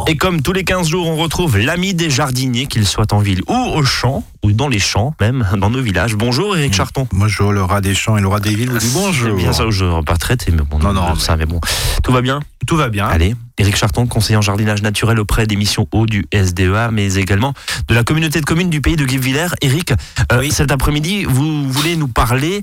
Et comme tous les 15 jours, on retrouve l'ami des jardiniers, qu'il soit en ville ou au champ, ou dans les champs, même dans nos villages. Bonjour Éric Charton. Bonjour, le rat des champs et le rat des villes vous dit bonjour. C'est bien ça, je ne pas traiter, mais bon, mais bon. Tout va bien ? Tout va bien. Allez, Éric Charton, conseiller en jardinage naturel auprès des missions eau du SDEA, mais également de la communauté de communes du pays de Guebwiller. Éric, oui. Cet après-midi, vous voulez nous parler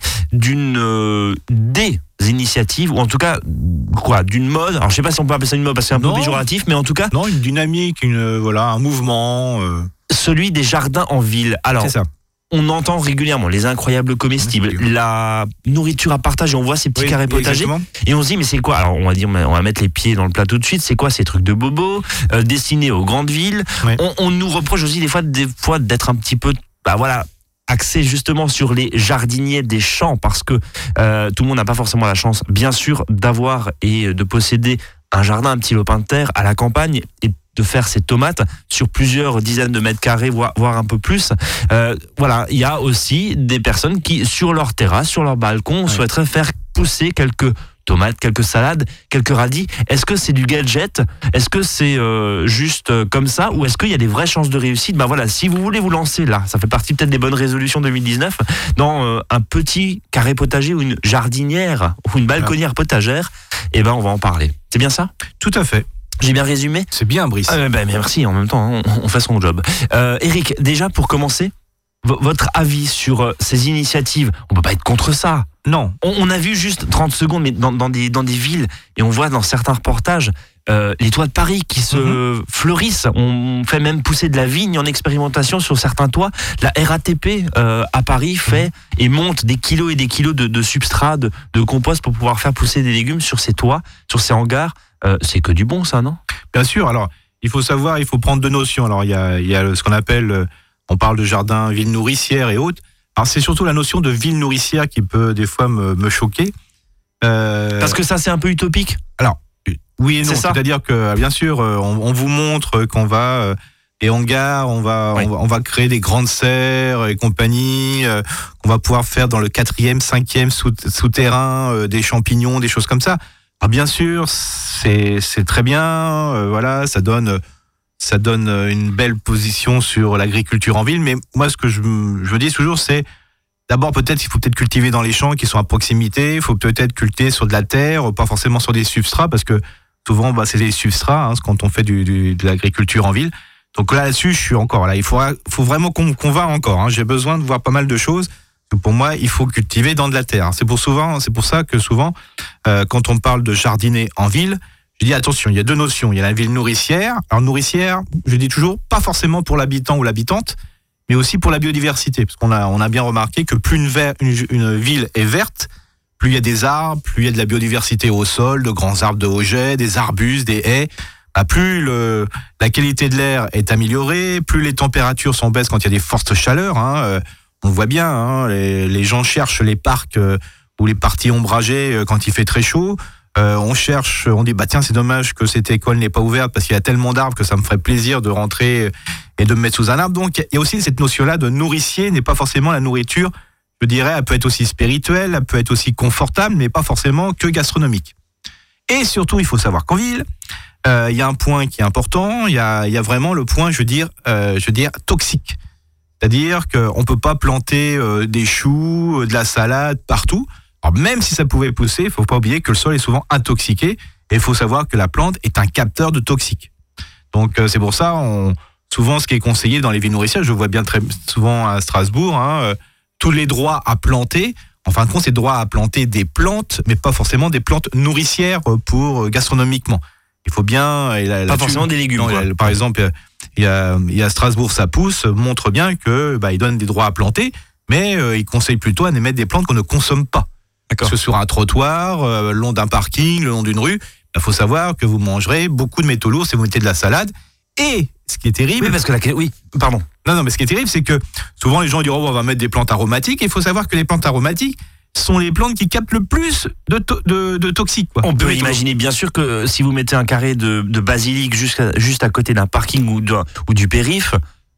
des initiatives, ou en tout cas, d'une mode. Alors, je ne sais pas si on peut appeler ça une mode, parce que c'est un peu péjoratif, mais en tout cas... Non, une dynamique, un mouvement... Celui des jardins en ville. Alors, c'est ça. On entend régulièrement les incroyables comestibles, la nourriture à partager, on voit ces petits carrés potagers, et on se dit mais c'est quoi ? Alors on va mettre les pieds dans le plat tout de suite, c'est quoi ces trucs de bobos destinés aux grandes villes ? On nous reproche aussi des fois d'être un petit peu, axé justement sur les jardiniers des champs, parce que tout le monde n'a pas forcément la chance, bien sûr, d'avoir et de posséder un jardin, un petit lopin de terre à la campagne, et de faire ses tomates sur plusieurs dizaines de mètres carrés, voire un peu plus. Il y a aussi des personnes qui, sur leur terrasse, sur leur balcon, souhaiteraient faire pousser quelques tomates, quelques salades, quelques radis. Est-ce que c'est du gadget ? Est-ce que c'est juste comme ça ? Ou est-ce qu'il y a des vraies chances de réussite ? Si vous voulez vous lancer là, ça fait partie peut-être des bonnes résolutions 2019, dans un petit carré potager ou une jardinière ou une balconnière potagère, on va en parler. C'est bien ça ? Tout à fait. J'ai bien résumé ? C'est bien, Brice. Merci, en même temps, on fait son job. Éric, déjà pour commencer, votre avis sur ces initiatives, on peut pas être contre ça. Non. On a vu juste 30 secondes, mais dans des villes, et on voit dans certains reportages, les toits de Paris qui se fleurissent. On fait même pousser de la vigne en expérimentation sur certains toits. La RATP à Paris fait et monte des kilos et des kilos de substrat, de compost pour pouvoir faire pousser des légumes sur ces toits, sur ces hangars. C'est que du bon, ça, non ? Bien sûr. Alors, il faut prendre deux notions. Alors, il y a ce qu'on appelle, on parle de jardin, ville nourricière et autres. Alors, c'est surtout la notion de ville nourricière qui peut des fois me choquer. Parce que ça, c'est un peu utopique. Alors, oui et non. C'est-à-dire que, bien sûr, on vous montre qu'on va des hangars, on va créer des grandes serres et compagnie, qu'on va pouvoir faire dans le 4e, 5e souterrain des champignons, des choses comme ça. Alors bien sûr, c'est très bien, ça donne une belle position sur l'agriculture en ville, mais moi ce que je dis toujours, c'est d'abord il faut cultiver dans les champs qui sont à proximité, il faut peut-être cultiver sur de la terre, pas forcément sur des substrats, parce que souvent c'est des substrats quand on fait de l'agriculture en ville. Donc là-dessus, je suis encore là. Il faut vraiment qu'on va encore. J'ai besoin de voir pas mal de choses. Pour moi, il faut cultiver dans de la terre. C'est pour ça que souvent, quand on parle de jardiner en ville, je dis attention, il y a deux notions. Il y a la ville nourricière. Alors nourricière, je dis toujours, pas forcément pour l'habitant ou l'habitante, mais aussi pour la biodiversité. Parce qu'on a bien remarqué que plus une ville est verte, plus il y a des arbres, plus il y a de la biodiversité au sol, de grands arbres de haut jet, des arbustes, des haies. Plus la qualité de l'air est améliorée, plus les températures sont basses quand il y a des fortes chaleurs. On voit bien, les gens cherchent les parcs ou les parties ombragées quand il fait très chaud. On dit tiens, c'est dommage que cette école n'est pas ouverte parce qu'il y a tellement d'arbres que ça me ferait plaisir de rentrer et de me mettre sous un arbre. Donc il y a aussi cette notion-là de nourricier, n'est pas forcément la nourriture, je dirais, elle peut être aussi spirituelle, elle peut être aussi confortable, mais pas forcément que gastronomique. Et surtout, il faut savoir qu'en ville, il y a un point qui est important, il y a vraiment le point, je veux dire, toxique. C'est-à-dire qu'on ne peut pas planter des choux, de la salade partout. Alors même si ça pouvait pousser, il ne faut pas oublier que le sol est souvent intoxiqué et il faut savoir que la plante est un capteur de toxiques. Donc c'est pour ça, souvent ce qui est conseillé dans les villes nourricières, je vois bien très souvent à Strasbourg, tous les droits à planter, en fin de compte c'est droit à planter des plantes, mais pas forcément des plantes nourricières pour gastronomiquement. Il faut bien... Pas forcément des légumes. Non, par exemple... Il y a Strasbourg, ça pousse, montre bien que il donne des droits à planter, mais il conseille plutôt à émettre des plantes qu'on ne consomme pas. D'accord. Parce que sur un trottoir, le long d'un parking, le long d'une rue, il faut savoir que vous mangerez beaucoup de métaux lourds si vous mettez de la salade. Et ce qui est terrible... Oui, parce que pardon. Non, mais ce qui est terrible, c'est que souvent les gens disent on va mettre des plantes aromatiques. Et il faut savoir que les plantes aromatiques sont les plantes qui captent le plus de toxiques. Quoi. On peut imaginer bien sûr que si vous mettez un carré de basilic juste à côté d'un parking ou du périph',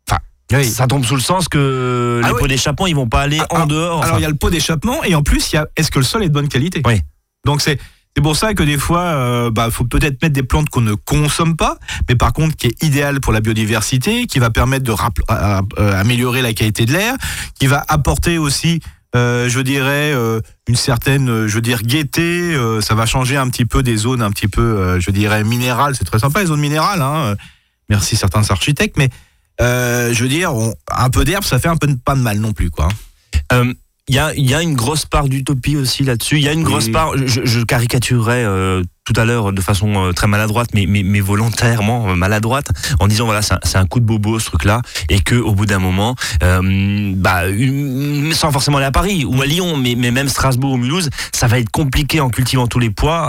ça tombe sous le sens que les pots d'échappement, ils vont pas aller en dehors. Alors il y a le pot d'échappement et en plus, est-ce que le sol est de bonne qualité ? Oui. Donc c'est C'est pour ça que des fois, faut peut-être mettre des plantes qu'on ne consomme pas, mais par contre qui est idéal pour la biodiversité, qui va permettre de améliorer la qualité de l'air, qui va apporter aussi, une certaine, gaieté. Ça va changer un petit peu des zones un petit peu, minérales. C'est très sympa les zones minérales. Merci certains architectes, mais un peu d'herbe, ça fait un peu pas de mal non plus, quoi. Il y a une grosse part d'utopie aussi là-dessus. Il y a une grosse part, je caricaturerais tout à l'heure de façon très maladroite, mais volontairement maladroite, en disant voilà, c'est un coup de bobo ce truc-là, et que au bout d'un moment, sans forcément aller à Paris ou à Lyon, mais même Strasbourg ou Mulhouse, ça va être compliqué en cultivant tous les toits,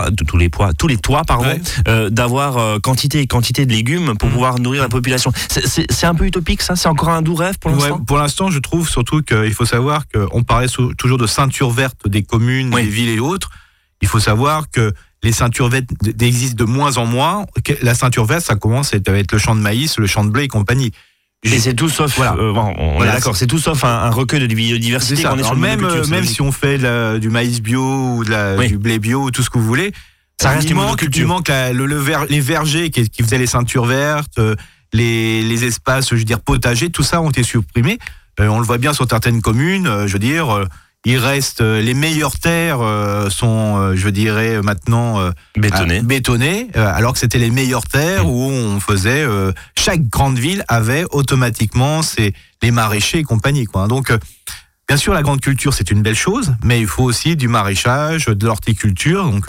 d'avoir quantité de légumes pour pouvoir nourrir la population. C'est un peu utopique, ça. C'est encore un doux rêve pour l'instant. Ouais, pour l'instant, je trouve surtout qu'il faut savoir qu'on parlait toujours de ceinture verte des communes, des villes et autres. Il faut savoir que les ceintures vertes existent de moins en moins. La ceinture verte, ça commence à être le champ de maïs, le champ de blé et compagnie. Et c'est tout sauf, on est d'accord, c'est tout sauf un recueil de biodiversité. On est sur même si on fait du maïs bio ou du blé bio ou tout ce que vous voulez, ça reste il manque les vergers qui faisaient les ceintures vertes, les espaces, potagers, tout ça ont été supprimés. On le voit bien sur certaines communes, il reste les meilleures terres sont, maintenant bétonnées, alors que c'était les meilleures terres où on faisait. Chaque grande ville avait automatiquement les maraîchers et compagnie, quoi. Donc, bien sûr, la grande culture c'est une belle chose, mais il faut aussi du maraîchage, de l'horticulture, donc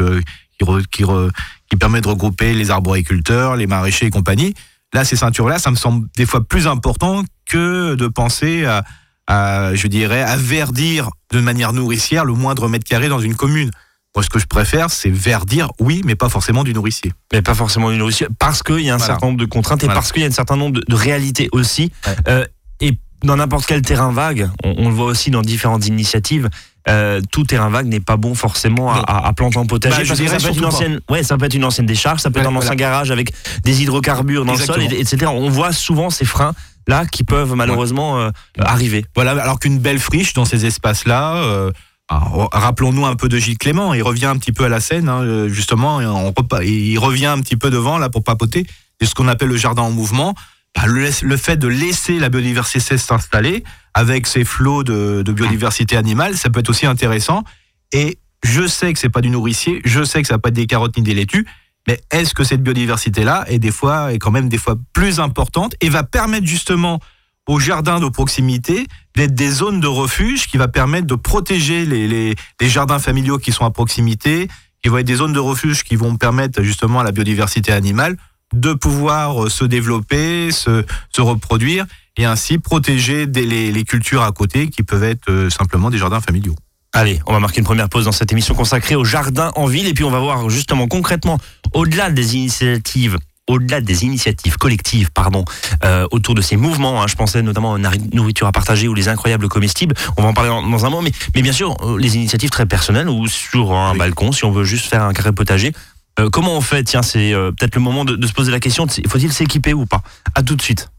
qui permet de regrouper les arboriculteurs, les maraîchers et compagnie. Là, ces ceintures-là, ça me semble des fois plus important que de penser à verdir de manière nourricière le moindre mètre carré dans une commune. Moi, ce que je préfère, c'est verdir, oui, mais pas forcément du nourricier. Mais pas forcément du nourricier, parce qu'il y a un certain nombre de contraintes et parce qu'il y a un certain nombre de réalités aussi. Ouais. Et dans n'importe quel terrain vague, on le voit aussi dans différentes initiatives, tout terrain vague n'est pas bon forcément à planter en potager. Parce que ça peut être une ancienne décharge, ça peut être un ancien garage avec des hydrocarbures dans le sol, etc. On voit souvent ces freins là qui peuvent malheureusement arriver. Voilà, alors qu'une belle friche dans ces espaces-là, rappelons-nous un peu de Gilles Clément, il revient un petit peu à la scène, justement, il revient un petit peu devant là pour papoter, c'est ce qu'on appelle le jardin en mouvement. Le fait de laisser la biodiversité s'installer avec ces flots de biodiversité animale, ça peut être aussi intéressant. Et je sais que c'est pas du nourricier, je sais que ça va pas être des carottes ni des laitues, mais est-ce que cette biodiversité-là est quand même des fois plus importante et va permettre justement aux jardins de proximité d'être des zones de refuge qui va permettre de protéger les jardins familiaux qui sont à proximité, qui vont être des zones de refuge qui vont permettre justement à la biodiversité animale de pouvoir se développer, se reproduire et ainsi protéger les cultures à côté qui peuvent être simplement des jardins familiaux. Allez, on va marquer une première pause dans cette émission consacrée aux jardins en ville et puis on va voir justement concrètement au-delà des initiatives collectives, autour de ces mouvements. Je pensais notamment à nourriture à partager ou les incroyables comestibles. On va en parler dans un moment, mais bien sûr, les initiatives très personnelles ou sur un balcon, si on veut juste faire un carré potager. Comment on fait ? Tiens, c'est peut-être le moment de se poser la question, faut-il s'équiper ou pas ? À tout de suite.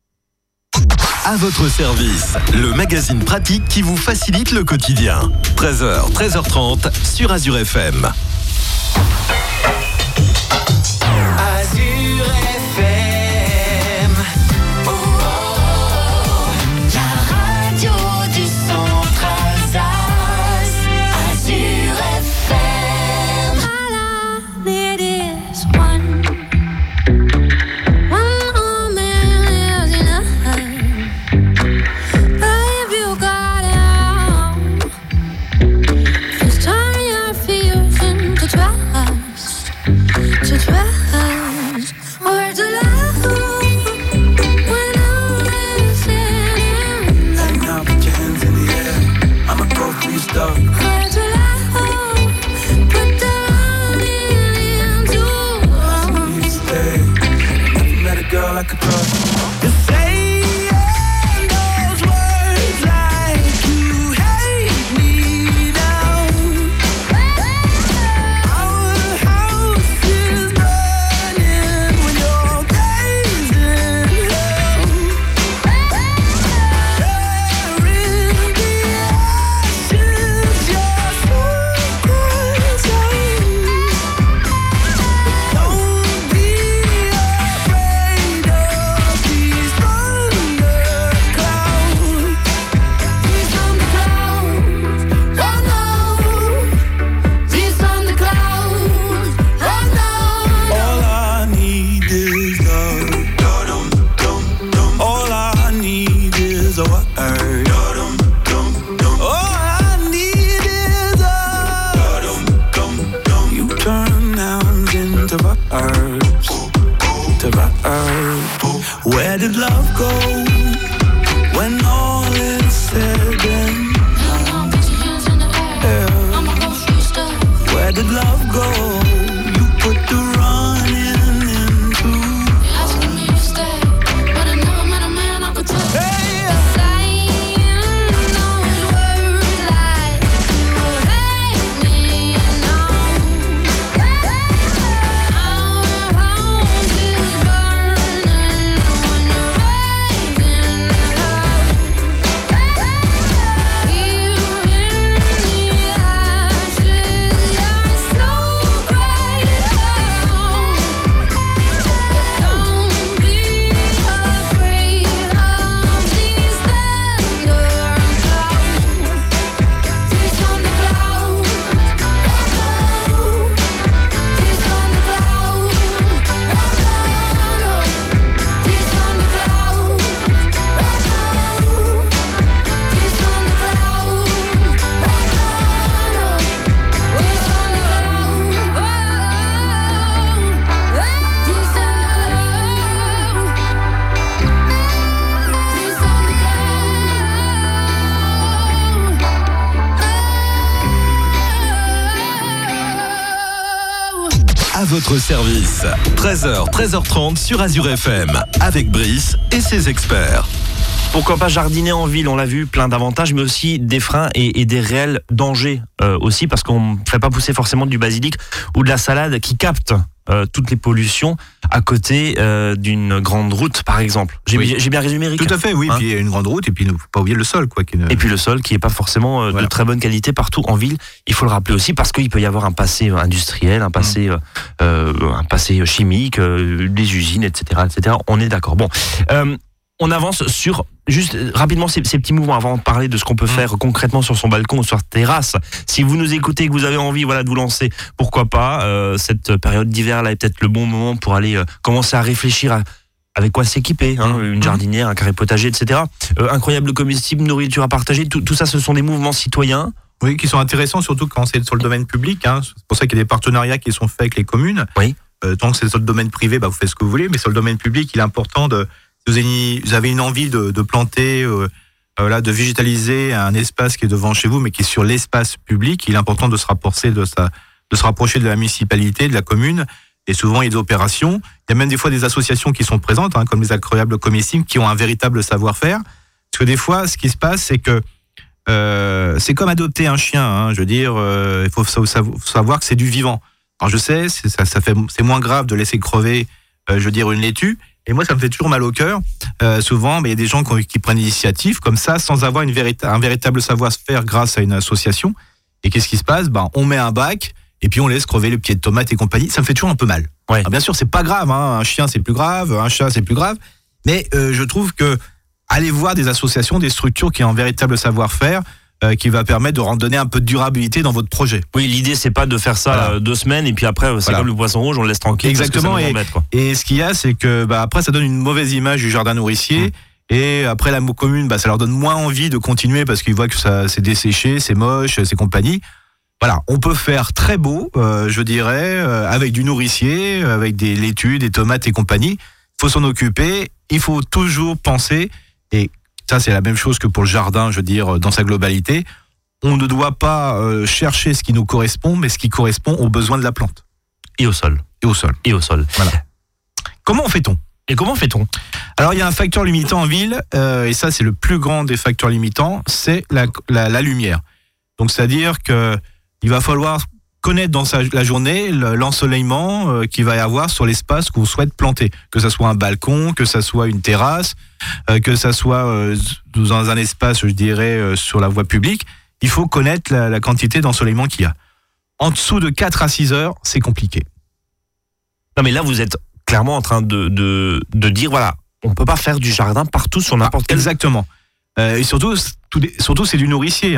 À votre service, le magazine pratique qui vous facilite le quotidien. 13h, 13h30 sur Azure FM. Azure FM. Oh, la radio du centre Alsace. Azure FM. All I need is one. One man is enough. Babe, you got it all. Just turn your fears into trust. To trust. Or to love when I'm listening. Right now, put your hands in the air. I'ma go through your stuff. Or to love, put the money into You stay. Never met a girl I could trust. Where did love go when all is said and done? Where did love go? You put the running into. You're asking me to stay, but I never met a man I could trust. Saying those words like you hate me now. Our house is burning when you're raising love. Here in the ashes, you're so great. Don't be afraid of these thunder clouds. Tears on the clouds. Tears on the clouds. Tears on the clouds. Tears on the À votre service, 13h, 13h30 sur Azure FM, avec Brice et ses experts. Pourquoi pas jardiner en ville, on l'a vu, plein d'avantages, mais aussi des freins et des réels dangers aussi, parce qu'on ne fait pas pousser forcément du basilic ou de la salade qui capte toutes les pollutions à côté d'une grande route, par exemple. J'ai bien résumé, Eric? Tout à fait, oui. Puis il y a une grande route, et puis il ne faut pas oublier le sol. Et puis le sol qui n'est pas forcément de très bonne qualité partout en ville. Il faut le rappeler aussi, parce qu'il peut y avoir un passé industriel, un passé chimique, des usines, etc., etc. On est d'accord. Bon. On avance sur, juste rapidement, ces petits mouvements avant de parler de ce qu'on peut faire concrètement sur son balcon ou sur sa terrasse. Si vous nous écoutez et que vous avez envie de vous lancer, pourquoi pas, cette période d'hiver là est peut-être le bon moment pour aller commencer à réfléchir à avec quoi s'équiper, une jardinière, un carré potager, etc. Incroyable comestible, nourriture à partager, tout ça ce sont des mouvements citoyens. Oui, qui sont intéressants, surtout quand c'est sur le domaine public. C'est pour ça qu'il y a des partenariats qui sont faits avec les communes. Oui. Tant que c'est sur le domaine privé, vous faites ce que vous voulez, mais sur le domaine public, il est important de... Vous avez une envie de planter, de végétaliser un espace qui est devant chez vous, mais qui est sur l'espace public. Il est important de se rapprocher de la municipalité, de la commune. Et souvent, il y a des opérations. Il y a même des fois des associations qui sont présentes, comme les incroyables comestibles, qui ont un véritable savoir-faire. Parce que des fois, ce qui se passe, c'est que c'est comme adopter un chien. Je veux dire, il faut savoir que c'est du vivant. Alors je sais, c'est moins grave de laisser crever, une laitue. Et moi, ça me fait toujours mal au cœur. Souvent, il y a des gens qui prennent l'initiative comme ça, sans avoir un véritable savoir-faire grâce à une association. Et qu'est-ce qui se passe ? On met un bac et puis on laisse crever le pied de tomate et compagnie. Ça me fait toujours un peu mal. Ouais. Alors, bien sûr, c'est pas grave. Un chien, c'est plus grave. Un chat, c'est plus grave. Mais je trouve que allez voir des associations, des structures qui ont un véritable savoir-faire, qui va permettre de donner un peu de durabilité dans votre projet. Oui, l'idée c'est pas de faire ça 2 semaines et puis après c'est comme le poisson rouge, on le laisse tranquille. Exactement. Parce que ça nous embête, quoi. Et ce qu'il y a, c'est que après ça donne une mauvaise image du jardin nourricier. Et après la commune, ça leur donne moins envie de continuer parce qu'ils voient que ça c'est desséché, c'est moche, c'est compagnie. Voilà, on peut faire très beau, avec du nourricier, avec des laitues, des tomates et compagnie. Il faut s'en occuper. Il faut toujours penser, et ça c'est la même chose que pour le jardin, dans sa globalité. On ne doit pas chercher ce qui nous correspond, mais ce qui correspond aux besoins de la plante. Et au sol. Voilà. Comment fait-on ? Alors il y a un facteur limitant en ville, et ça c'est le plus grand des facteurs limitants, c'est la lumière. Donc c'est-à-dire que il va falloir connaître dans la journée l'ensoleillement qu'il va y avoir sur l'espace qu'on souhaite planter. Que ça soit un balcon, que ça soit une terrasse, que ça soit dans un espace, sur la voie publique. Il faut connaître la quantité d'ensoleillement qu'il y a. En dessous de 4 à 6 heures, c'est compliqué. Non mais là vous êtes clairement en train de dire on peut pas faire du jardin partout sur n'importe quel... Exactement. Et surtout c'est du nourricier.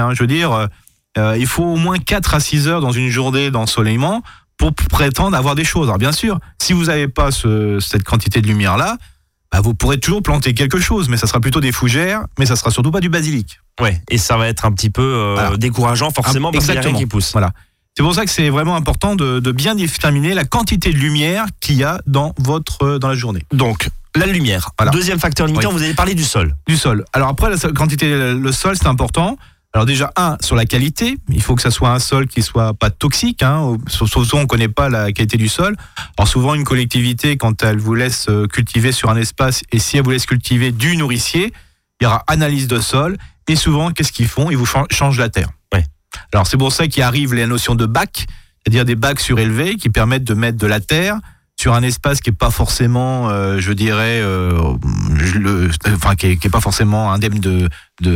Il faut au moins 4 à 6 heures dans une journée d'ensoleillement pour prétendre avoir des choses. Alors bien sûr, si vous n'avez pas cette quantité de lumière-là, vous pourrez toujours planter quelque chose, mais ça sera plutôt des fougères, mais ça sera surtout pas du basilic. Ouais, et ça va être un petit peu décourageant forcément parce qu'il y a rien qui pousse. Voilà. C'est pour ça que c'est vraiment important de bien déterminer la quantité de lumière qu'il y a dans la journée. Donc, la lumière. Voilà. Deuxième facteur limitant, vous avez parlé du sol. Du sol. Alors après, la quantité, le sol, c'est important. Alors déjà, sur la qualité. Il faut que ça soit un sol qui soit pas toxique. Souvent, on connaît pas la qualité du sol. Alors souvent, une collectivité, quand elle vous laisse cultiver sur un espace, et si elle vous laisse cultiver du nourricier, il y aura analyse de sol. Et souvent, qu'est-ce qu'ils font ? Ils vous changent la terre. Ouais. Alors c'est pour ça qu'arrivent les notions de bacs, c'est-à-dire des bacs surélevés qui permettent de mettre de la terre sur un espace qui est pas forcément, qui est pas forcément indemne de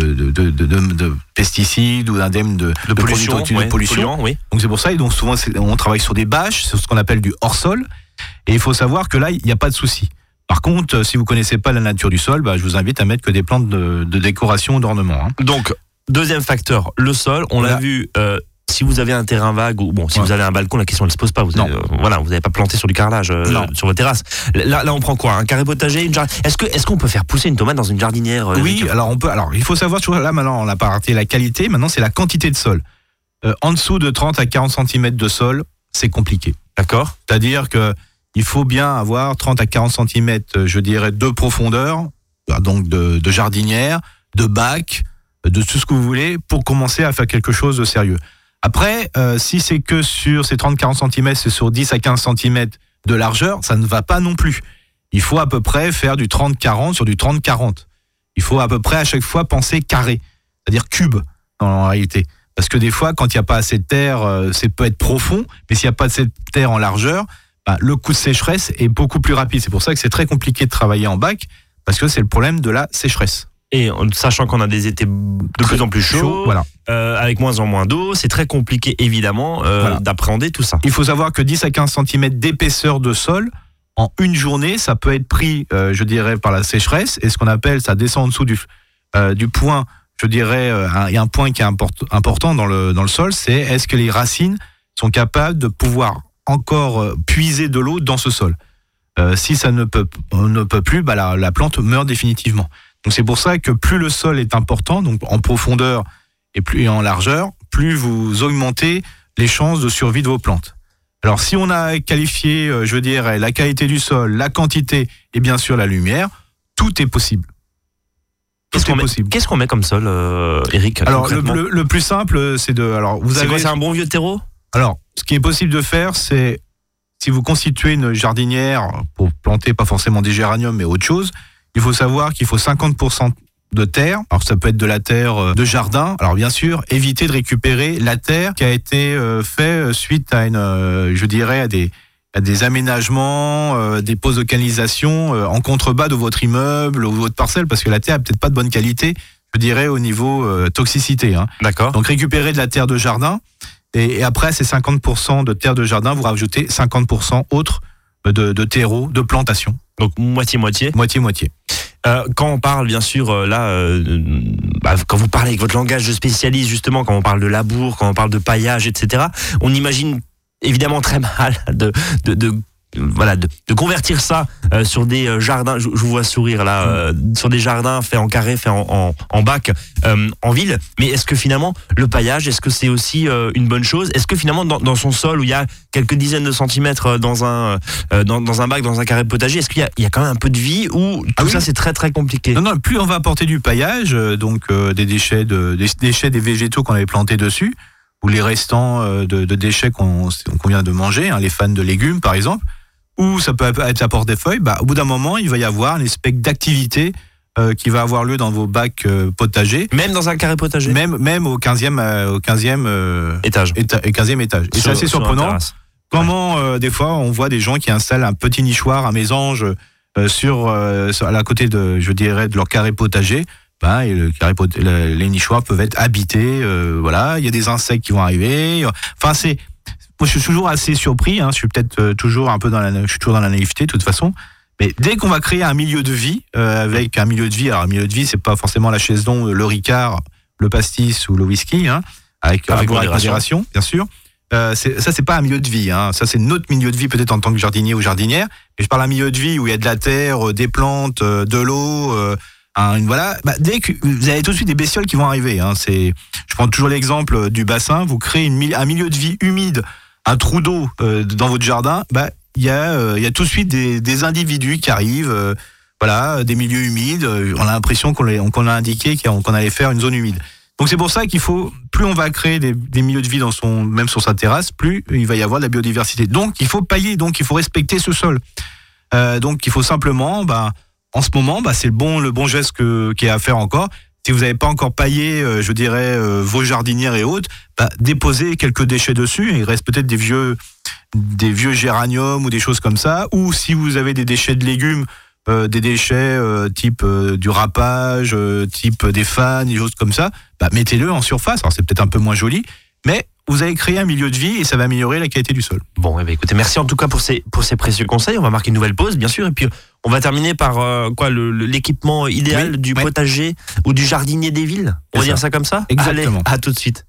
pesticides ou indemne de pollution. Oui. Donc c'est pour ça, et donc souvent on travaille sur des bâches, sur ce qu'on appelle du hors-sol, et il faut savoir que là il n'y a pas de souci. Par contre, si vous connaissez pas la nature du sol, je vous invite à mettre que des plantes de décoration, d'ornement. Donc deuxième facteur, le sol. On l'a vu. Si vous avez un terrain vague ou si vous avez un balcon, la question ne se pose pas. Vous n'avez pas planté sur du carrelage sur votre terrasse. Là, on prend quoi ? Un carré potager, une jardinière. Est-ce qu'on peut faire pousser une tomate dans une jardinière ? Oui, alors on peut. Alors il faut savoir, là maintenant on a pas raté la qualité. Maintenant c'est la quantité de sol. En dessous de 30 à 40 cm de sol, c'est compliqué. D'accord. C'est-à-dire que il faut bien avoir 30 à 40 cm, je dirais, de profondeur, donc de jardinière, de bac, de tout ce que vous voulez, pour commencer à faire quelque chose de sérieux. Après, si c'est que sur ces 30-40 cm, c'est sur 10 à 15 cm de largeur, ça ne va pas non plus. Il faut à peu près faire du 30-40 sur du 30-40. Il faut à peu près à chaque fois penser carré, c'est-à-dire cube en réalité. Parce que des fois, quand il n'y a pas assez de terre, ça peut être profond, mais s'il n'y a pas assez de terre en largeur, le coup de sécheresse est beaucoup plus rapide. C'est pour ça que c'est très compliqué de travailler en bac, parce que c'est le problème de la sécheresse. Et sachant qu'on a des étés de plus en plus chauds, voilà. Avec moins en moins d'eau, c'est très compliqué évidemment d'appréhender tout ça. Il faut savoir que 10 à 15 cm d'épaisseur de sol, en une journée, ça peut être pris, je dirais, par la sécheresse, et ce qu'on appelle, ça descend en dessous du point, je dirais, il y a un point qui est important dans le sol, c'est est-ce que les racines sont capables de pouvoir encore puiser de l'eau dans ce sol. Si ça ne peut plus, la plante meurt définitivement. Donc c'est pour ça que plus le sol est important, donc en profondeur et plus en largeur, plus vous augmentez les chances de survie de vos plantes. Alors si on a qualifié, je dirais, la qualité du sol, la quantité et bien sûr la lumière, tout est possible. Qu'est-ce qu'on met comme sol, Eric ? Alors le plus simple, c'est de... Alors, c'est un bon vieux terreau ? Alors, ce qui est possible de faire, c'est si vous constituez une jardinière pour planter pas forcément des géraniums mais autre chose, il faut savoir qu'il faut 50% de terre. Alors ça peut être de la terre de jardin. Alors bien sûr, évitez de récupérer la terre qui a été faite suite à à des aménagements, des postes de canalisation en contrebas de votre immeuble ou de votre parcelle, parce que la terre n'a peut-être pas de bonne qualité, je dirais, au niveau toxicité. D'accord. Donc récupérez de la terre de jardin. Et après, ces 50% de terre de jardin, vous rajoutez 50% autres de terreau, de plantation. Donc moitié-moitié. Moitié-moitié. Quand on parle, bien sûr, quand vous parlez avec votre langage de spécialiste, justement, quand on parle de labour, quand on parle de paillage, etc., on imagine évidemment très mal de convertir ça sur des jardins, je vous vois sourire là, sur des jardins faits en carré, faits en bac, en ville. Mais est-ce que finalement le paillage, est-ce que c'est aussi une bonne chose ? Est-ce que finalement dans son sol où il y a quelques dizaines de centimètres dans un bac, dans un carré potager, est-ce qu'il y a quand même un peu de vie ou tout ça c'est très très compliqué ? Non, plus on va apporter du paillage, donc des déchets des végétaux qu'on avait plantés dessus, ou les restants de déchets qu'on vient de manger, les fans de légumes par exemple, ou ça peut être l'apport des feuilles, au bout d'un moment, il va y avoir un espèce d'activité qui va avoir lieu dans vos bacs potagers. Même dans un carré potager ? Même au 15e étage. Et c'est assez surprenant comment des fois on voit des gens qui installent un petit nichoir, un mésange à la côté de leur carré potager. Et les nichoirs peuvent être habités, il y a des insectes qui vont arriver. Enfin, moi, je suis toujours assez surpris. Je suis peut-être toujours un peu dans la naïveté, de toute façon. Mais dès qu'on va créer un milieu de vie, avec un milieu de vie, alors un milieu de vie, c'est pas forcément la chaiselon, le ricard, le pastis ou le whisky, avec modération, bien sûr. C'est pas un milieu de vie. Ça, c'est notre milieu de vie, peut-être en tant que jardinier ou jardinière. Mais je parle d'un milieu de vie où il y a de la terre, des plantes, de l'eau, dès que vous avez tout de suite des bestioles qui vont arriver. Hein. Je prends toujours l'exemple du bassin. Vous créez un milieu de vie humide, un trou d'eau dans votre jardin. Il y a tout de suite des individus qui arrivent. Des milieux humides. On a l'impression qu'on a indiqué qu'on allait faire une zone humide. Donc c'est pour ça qu'il faut, plus on va créer des milieux de vie même sur sa terrasse, plus il va y avoir de la biodiversité. Donc il faut pailler, donc il faut respecter ce sol. Donc il faut simplement, en ce moment, c'est le bon geste qu'il y a à faire encore. Si vous n'avez pas encore paillé, vos jardinières et autres, déposez quelques déchets dessus. Il reste peut-être des vieux géraniums ou des choses comme ça. Ou si vous avez des déchets de légumes, des déchets type du râpage, type des fans, des choses comme ça, mettez-le en surface. Alors c'est peut-être un peu moins joli, mais vous allez créer un milieu de vie et ça va améliorer la qualité du sol. Bon, écoutez, merci en tout cas pour ces précieux conseils. On va marquer une nouvelle pause, bien sûr, et puis on va terminer par l'équipement idéal du potager ou du jardinier des villes. On va dire ça comme ça ? Exactement. Allez, à tout de suite.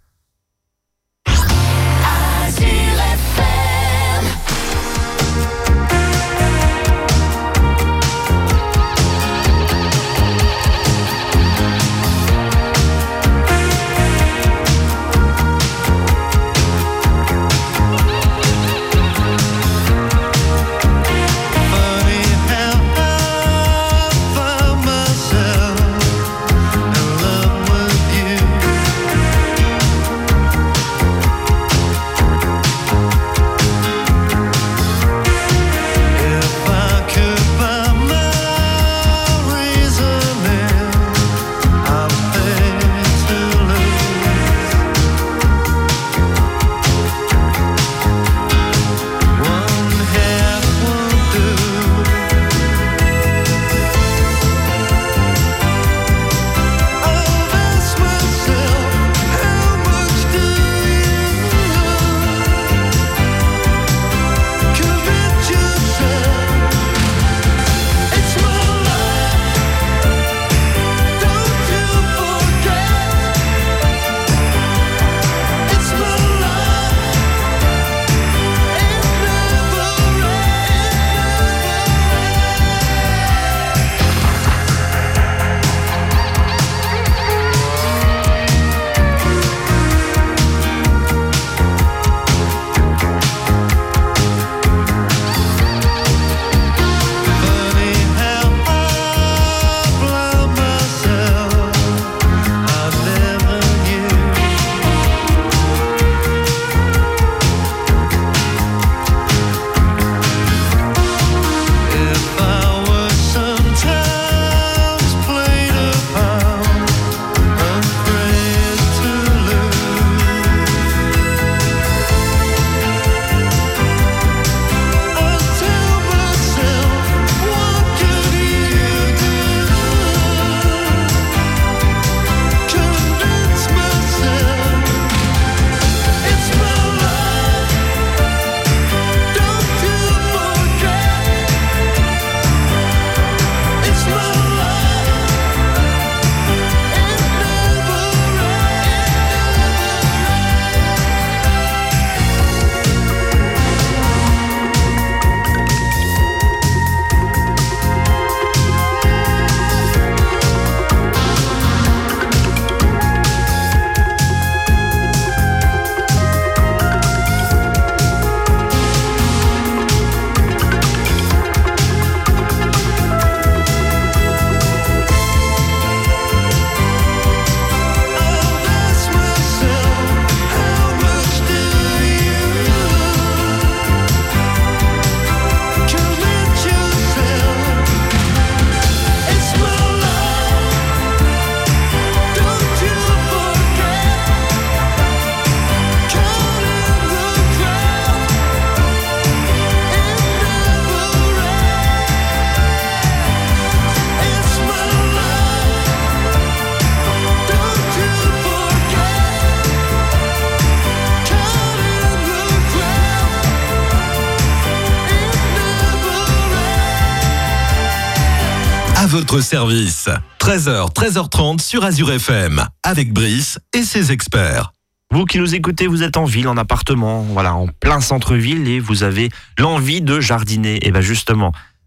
votre service. 13h, 13h30 sur Azure FM, avec Brice et ses experts. Vous qui nous écoutez, vous êtes en ville, en appartement, voilà, en plein centre-ville et vous avez l'envie de jardiner. Et bien justement,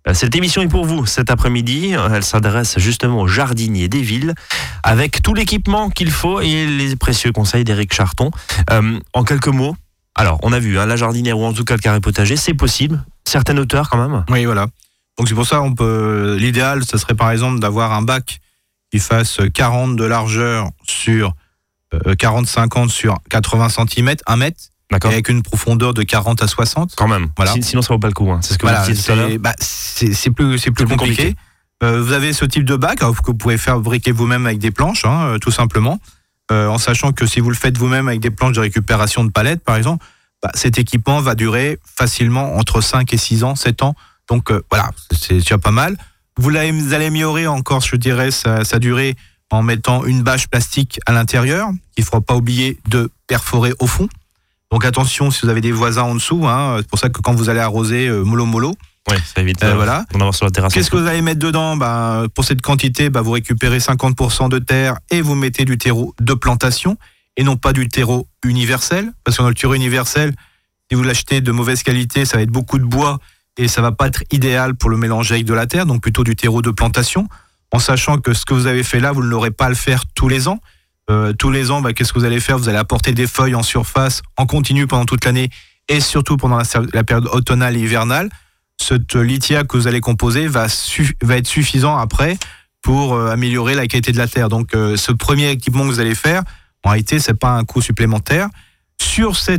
Cette émission est pour vous cet après-midi. Elle s'adresse justement aux jardiniers des villes avec tout l'équipement qu'il faut et les précieux conseils d'Éric Charton. En quelques mots, alors on a vu la jardinière ou en tout cas le carré potager, c'est possible, certaines hauteurs quand même. Oui, voilà. Donc c'est pour ça l'idéal, ce serait par exemple d'avoir un bac qui fasse 40 de largeur sur 40-50 sur 80 cm, 1 mètre. D'accord. Avec une profondeur de 40 à 60. Quand même. Voilà. Sinon, ça vaut pas le coup. C'est ce que vous disiez tout à l'heure. C'est plus compliqué. Vous avez ce type de bac que vous pouvez fabriquer vous-même avec des planches, tout simplement. En sachant que si vous le faites vous-même avec des planches de récupération de palettes, par exemple, cet équipement va durer facilement entre 5 et 6 ans, 7 ans. Donc voilà, c'est déjà pas mal. Vous allez améliorer encore, je dirais, sa durée en mettant une bâche plastique à l'intérieur, qu'il ne faudra pas oublier de perforer au fond. Donc attention si vous avez des voisins en dessous, c'est pour ça que quand vous allez arroser mollo, ouais, ça évite voilà. d'en avoir sur la terrasse. Qu'est-ce que vous allez mettre dedans ? Pour cette quantité, vous récupérez 50% de terre et vous mettez du terreau de plantation et non pas du terreau universel, parce que dans le terreau universel, si vous l'achetez de mauvaise qualité, ça va être beaucoup de bois et ça va pas être idéal pour le mélanger avec de la terre, donc plutôt du terreau de plantation, en sachant que ce que vous avez fait là, vous ne l'aurez pas à le faire tous les ans. Tous les ans, qu'est-ce que vous allez faire ? Vous allez apporter des feuilles en surface en continu pendant toute l'année et surtout pendant la période automnale et hivernale. Cette litière que vous allez composer va être suffisant après pour améliorer la qualité de la terre. Donc ce premier équipement que vous allez faire, en réalité, c'est pas un coût supplémentaire. Sur ce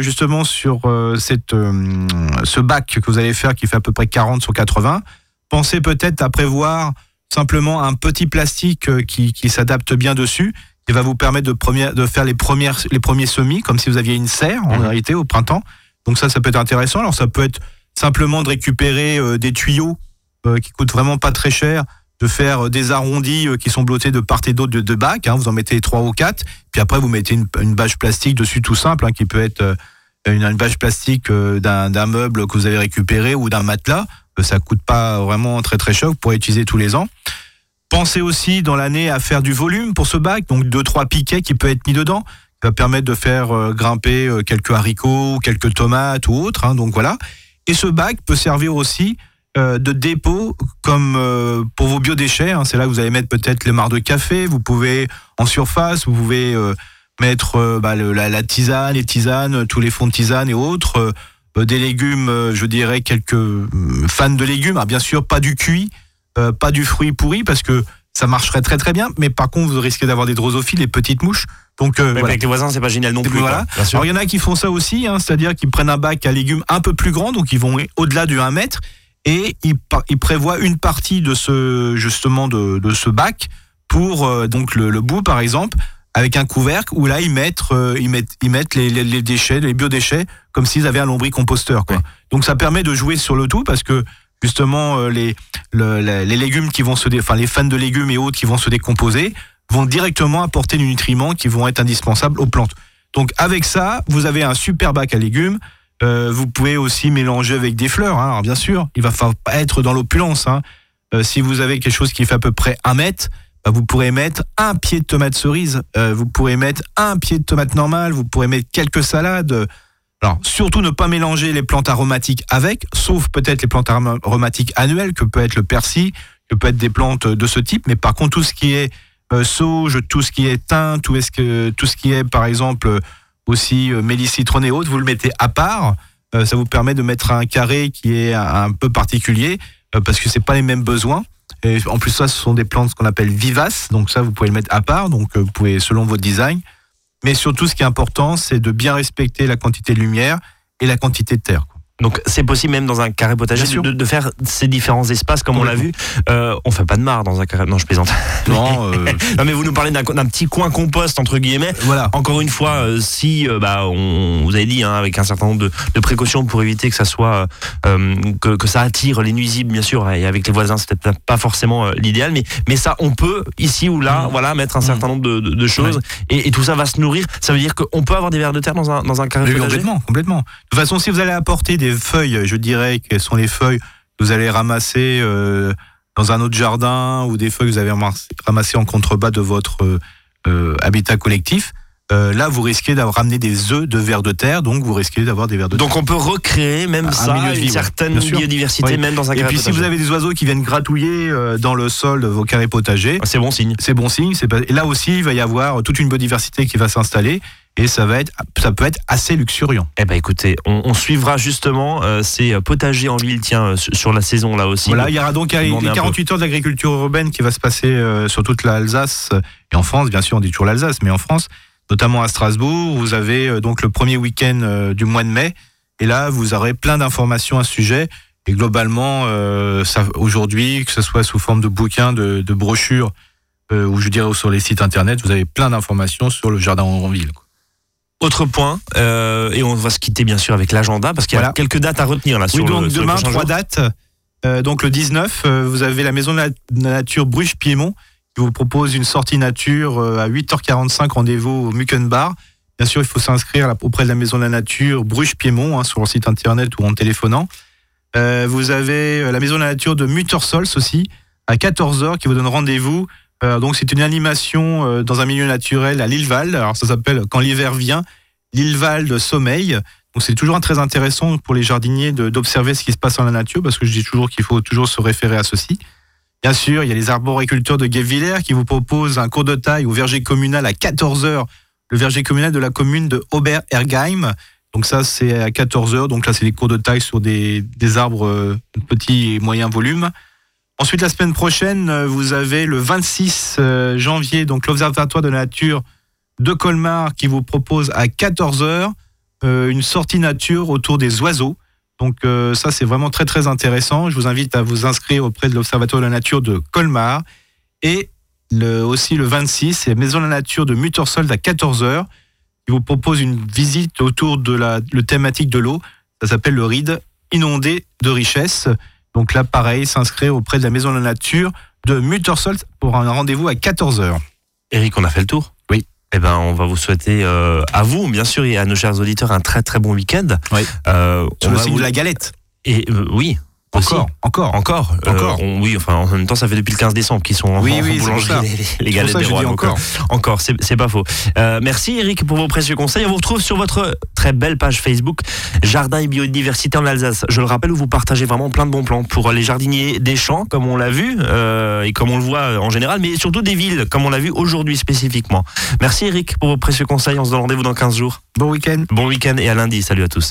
bac que vous allez faire qui fait à peu près 40 sur 80, pensez peut-être à prévoir simplement un petit plastique qui s'adapte bien dessus, qui va vous permettre de faire les premiers semis, comme si vous aviez une serre, en réalité, au printemps. Donc ça peut être intéressant. Alors ça peut être simplement de récupérer des tuyaux qui coûtent vraiment pas très cher, de faire des arrondis qui sont blottés de part et d'autre de bacs. Vous en mettez 3 ou 4, puis après vous mettez une bâche plastique dessus tout simple, qui peut être une bâche plastique d'un meuble que vous avez récupéré ou d'un matelas. Ça coûte pas vraiment très très cher, vous pourrez utiliser tous les ans. Pensez aussi dans l'année à faire du volume pour ce bac, donc 2-3 piquets qui peuvent être mis dedans, qui va permettre de faire grimper quelques haricots, quelques tomates ou autres, donc voilà. Et ce bac peut servir aussi de dépôt comme pour vos biodéchets, c'est là que vous allez mettre peut-être les marcs de café, vous pouvez en surface, vous pouvez mettre la tisane, les tisanes, tous les fonds de tisane et autres, des légumes, je dirais quelques fans de légumes, bien sûr pas du cuit, pas du fruit pourri parce que ça marcherait très très bien, mais par contre vous risquez d'avoir des drosophiles, des petites mouches. Donc voilà. Avec les voisins c'est pas génial non plus. Voilà. Alors il y en a qui font ça aussi, c'est-à-dire qu'ils prennent un bac à légumes un peu plus grand, donc ils vont au-delà du 1 mètre et ils prévoient une partie de ce bac pour donc le bout par exemple, avec un couvercle où là ils mettent les déchets, les biodéchets comme s'ils avaient un lombricomposteur, quoi. Ouais. Donc ça permet de jouer sur le tout parce que justement les légumes qui vont les fans de légumes et autres qui vont se décomposer vont directement apporter des nutriments qui vont être indispensables aux plantes. Donc avec ça, vous avez un super bac à légumes. Vous pouvez aussi mélanger avec des fleurs. Alors bien sûr, il va pas être dans l'opulence. Si vous avez quelque chose qui fait à peu près 1 mètre, vous pourrez mettre un pied de tomate cerise. Vous pourrez mettre un pied de tomate normale. Vous pourrez mettre quelques salades. Alors, surtout ne pas mélanger les plantes aromatiques avec, sauf peut-être les plantes aromatiques annuelles, que peut être le persil, que peut être des plantes de ce type. Mais par contre, tout ce qui est sauge, tout ce qui est thym, tout ce qui est, par exemple, aussi mélisse citronne et autres, vous le mettez à part. Ça vous permet de mettre un carré qui est un peu particulier, parce que c'est pas les mêmes besoins. Et en plus, ça, ce sont des plantes qu'on appelle vivaces. Donc ça, vous pouvez le mettre à part. Donc vous pouvez, selon votre design. Mais surtout, ce qui est important, c'est de bien respecter la quantité de lumière et la quantité de terre. Donc c'est possible même dans un carré potager de faire ces différents espaces comme on l'a vu. On fait pas de mare dans un carré. Non, je plaisante. Non, non mais vous nous parlez d'un petit coin compost entre guillemets. Voilà. Encore une fois, si vous avez dit avec un certain nombre de précautions pour éviter que ça soit que ça attire les nuisibles bien sûr, et avec les voisins c'est peut-être pas forcément l'idéal, mais ça on peut ici ou là mettre un certain nombre de choses et tout ça va se nourrir. Ça veut dire qu'on peut avoir des vers de terre dans un carré potager. Complètement. De toute façon, si vous allez apporter des feuilles, je dirais quelles sont les feuilles que vous allez ramasser dans un autre jardin ou des feuilles que vous avez ramassées en contrebas de votre habitat collectif, là vous risquez d'avoir ramené des œufs de vers de terre, donc vous risquez d'avoir des vers de terre. Donc on peut recréer même une certaine biodiversité, même dans un carré potager. Et puis si vous avez des oiseaux qui viennent gratouiller dans le sol de vos carrés potagers, c'est bon signe. C'est bon signe. Et là aussi, il va y avoir toute une biodiversité qui va s'installer. Et ça peut être assez luxuriant. Eh ben écoutez, on suivra justement ces potagers en ville, sur la saison là aussi. Voilà, il y aura donc les 48 heures d'agriculture urbaine qui va se passer sur toute l'Alsace et en France, bien sûr, on dit toujours l'Alsace, mais en France, notamment à Strasbourg. Vous avez donc le premier week-end du mois de mai, et là, vous aurez plein d'informations à ce sujet. Et globalement, aujourd'hui, que ce soit sous forme de bouquins, de brochures, ou je dirais sur les sites internet, vous avez plein d'informations sur le jardin en ville. Autre point, et on va se quitter bien sûr avec l'agenda, parce qu'il y a quelques dates à retenir là. Oui, donc demain, 3 dates. Donc le 19, vous avez la Maison de la Nature Bruges-Piémont qui vous propose une sortie nature à 8h45, rendez-vous au Muckenbar. Bien sûr, il faut s'inscrire auprès de la Maison de la Nature Bruges-Piémont, sur leur site internet ou en téléphonant. Vous avez la Maison de la Nature de Muttersols aussi, à 14h, qui vous donne rendez-vous. Donc c'est une animation dans un milieu naturel à Lilleval. Alors ça s'appelle Quand l'hiver vient, Lilleval de sommeil. Donc c'est toujours très intéressant pour les jardiniers d'observer ce qui se passe dans la nature, parce que je dis toujours qu'il faut toujours se référer à ceci. Bien sûr, il y a les arboriculteurs de Guebwiller qui vous proposent un cours de taille au verger communal à 14h, le verger communal de la commune de Ober-Ergheim. Donc ça c'est à 14h, donc là c'est des cours de taille sur des arbres petits et moyens volumes. Ensuite, la semaine prochaine, vous avez le 26 janvier, donc l'Observatoire de la nature de Colmar qui vous propose à 14h une sortie nature autour des oiseaux. Donc ça, c'est vraiment très très intéressant. Je vous invite à vous inscrire auprès de l'Observatoire de la nature de Colmar. Et aussi le 26, c'est la Maison de la nature de Muttersols à 14h qui vous propose une visite autour de la thématique de l'eau. Ça s'appelle le RID, inondé de richesse. Donc là, pareil, s'inscrire auprès de la Maison de la Nature de Muttersols pour un rendez-vous à 14h. Eric, on a fait le tour ? Oui. Eh ben, on va vous souhaiter, à vous, bien sûr, et à nos chers auditeurs, un très très bon week-end. Oui. Sur le signe de la galette. Et oui. Encore. Oui, enfin, en même temps, ça fait depuis le 15 décembre qu'ils sont en boulangerie, les galettes des rois. Encore, c'est pas faux. Merci Eric pour vos précieux conseils. On vous retrouve sur votre très belle page Facebook Jardin et biodiversité en Alsace. Je le rappelle, où vous partagez vraiment plein de bons plans pour les jardiniers des champs, comme on l'a vu, et comme on le voit en général, mais surtout des villes, comme on l'a vu aujourd'hui spécifiquement. Merci Eric pour vos précieux conseils. On se donne rendez-vous dans 15 jours. Bon week-end. Bon week-end et à lundi. Salut à tous.